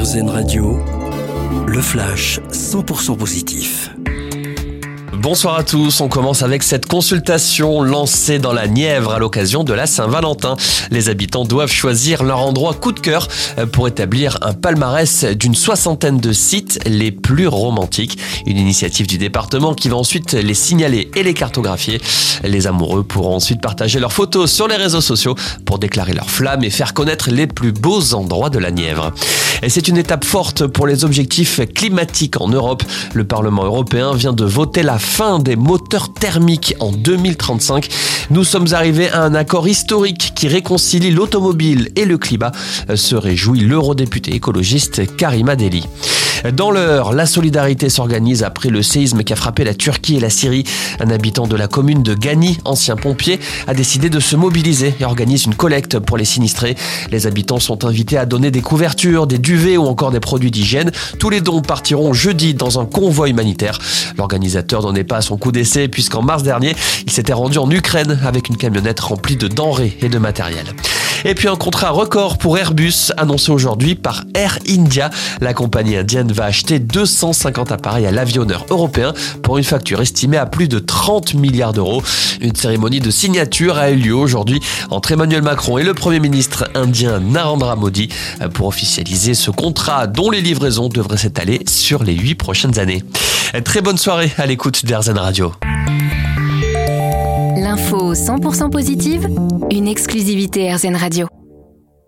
RZN Radio, le flash 100% positif. Bonsoir à tous, on commence avec cette consultation lancée dans la Nièvre à l'occasion de la Saint-Valentin. Les habitants doivent choisir leur endroit coup de cœur pour établir un palmarès d'une 60aine de sites les plus romantiques. Une initiative du département qui va ensuite les signaler et les cartographier. Les amoureux pourront ensuite partager leurs photos sur les réseaux sociaux pour déclarer leur flamme et faire connaître les plus beaux endroits de la Nièvre. Et c'est une étape forte pour les objectifs climatiques en Europe. Le Parlement européen vient de voter la fin des moteurs thermiques en 2035. Nous sommes arrivés à un accord historique qui réconcilie l'automobile et le climat, se réjouit l'eurodéputée écologiste Karima Delli. Dans l'Eure, la solidarité s'organise après le séisme qui a frappé la Turquie et la Syrie. Un habitant de la commune de Gani, ancien pompier, a décidé de se mobiliser et organise une collecte pour les sinistrés. Les habitants sont invités à donner des couvertures, des duvets ou encore des produits d'hygiène. Tous les dons partiront jeudi dans un convoi humanitaire. L'organisateur n'en est pas à son coup d'essai puisqu'en mars dernier, il s'était rendu en Ukraine avec une camionnette remplie de denrées et de matériel. Et puis un contrat record pour Airbus annoncé aujourd'hui par Air India. La compagnie indienne va acheter 250 appareils à l'avionneur européen pour une facture estimée à plus de 30 milliards d'euros. Une cérémonie de signature a eu lieu aujourd'hui entre Emmanuel Macron et le Premier ministre indien Narendra Modi pour officialiser ce contrat dont les livraisons devraient s'étaler sur les 8 prochaines années. Très bonne soirée à l'écoute d'RZN Radio. L'info 100% positive, une exclusivité RZN Radio.